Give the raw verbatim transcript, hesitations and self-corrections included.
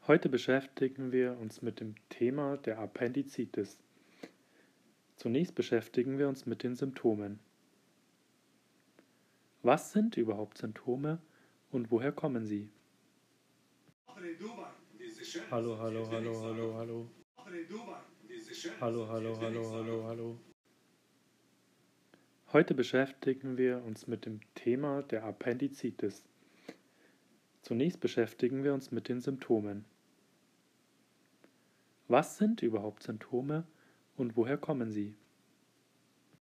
Heute beschäftigen wir uns mit dem Thema der Appendizitis. Zunächst beschäftigen wir uns mit den Symptomen. Was sind überhaupt Symptome und woher kommen sie? Hallo, hallo, hallo, hallo, hallo. Hallo, hallo, hallo, hallo, hallo. Heute beschäftigen wir uns mit dem Thema der Appendizitis. Zunächst beschäftigen wir uns mit den Symptomen. Was sind überhaupt Symptome und woher kommen sie?